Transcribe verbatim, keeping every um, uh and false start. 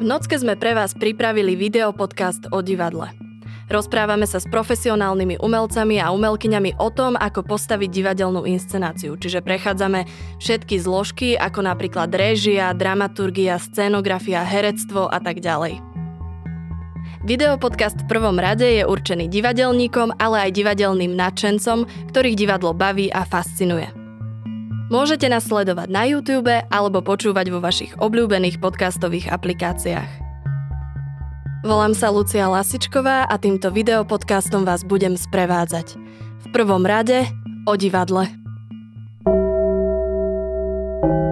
V Nocke sme pre vás pripravili videopodcast o divadle. Rozprávame sa s profesionálnymi umelcami a umelkyňami o tom, ako postaviť divadelnú inscenáciu, čiže prechádzame všetky zložky, ako napríklad réžia, dramaturgia, scénografia, herectvo a tak ďalej. Videopodcast v prvom rade je určený divadelníkom, ale aj divadelným nadšencom, ktorých divadlo baví a fascinuje. Môžete nás sledovať na YouTube alebo počúvať vo vašich obľúbených podcastových aplikáciách. Volám sa Lucia Lasičková a týmto videopodcastom vás budem sprevádzať. V prvom rade o divadle.